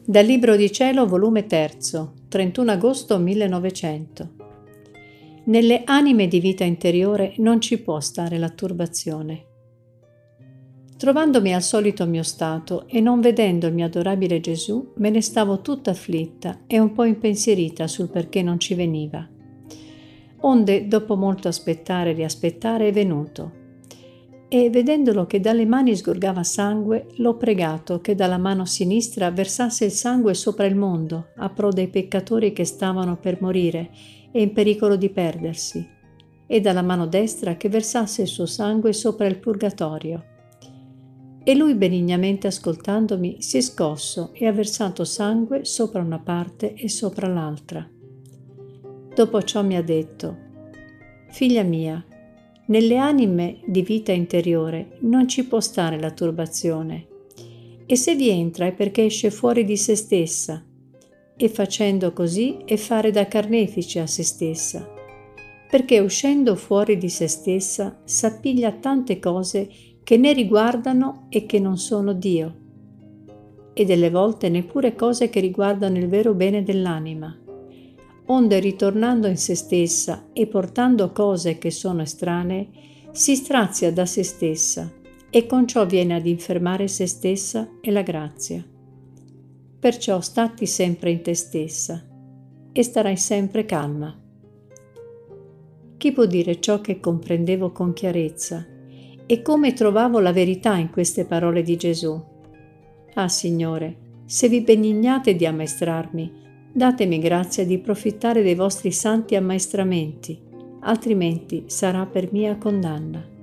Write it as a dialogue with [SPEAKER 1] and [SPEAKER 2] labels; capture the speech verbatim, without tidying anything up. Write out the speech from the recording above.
[SPEAKER 1] Dal Libro di Cielo, volume terzo, trentuno agosto millenovecento. Nelle anime di vita interiore non ci può stare la turbazione. Trovandomi al solito mio stato e non vedendo il mio adorabile Gesù, me ne stavo tutta afflitta e un po' impensierita sul perché non ci veniva. Onde, dopo molto aspettare e riaspettare, è venuto. E vedendolo che dalle mani sgorgava sangue, l'ho pregato che dalla mano sinistra versasse il sangue sopra il mondo, a pro dei peccatori che stavano per morire e in pericolo di perdersi, e dalla mano destra che versasse il suo sangue sopra il purgatorio. E lui, benignamente ascoltandomi, si è scosso e ha versato sangue sopra una parte e sopra l'altra. Dopo ciò mi ha detto: «Figlia mia, nelle anime di vita interiore non ci può stare la turbazione, e se vi entra è perché esce fuori di se stessa, e facendo così è fare da carnefice a se stessa, perché uscendo fuori di se stessa s'appiglia a tante cose che ne riguardano e che non sono Dio, e delle volte neppure cose che riguardano il vero bene dell'anima. Onde, ritornando in se stessa e portando cose che sono estranee, si strazia da se stessa e con ciò viene ad infermare se stessa e la grazia. Perciò statti sempre in te stessa e starai sempre calma». Chi può dire ciò che comprendevo con chiarezza e come trovavo la verità in queste parole di Gesù? Ah, Signore, se vi benignate di ammaestrarmi, datemi grazia di profittare dei vostri santi ammaestramenti, altrimenti sarà per mia condanna.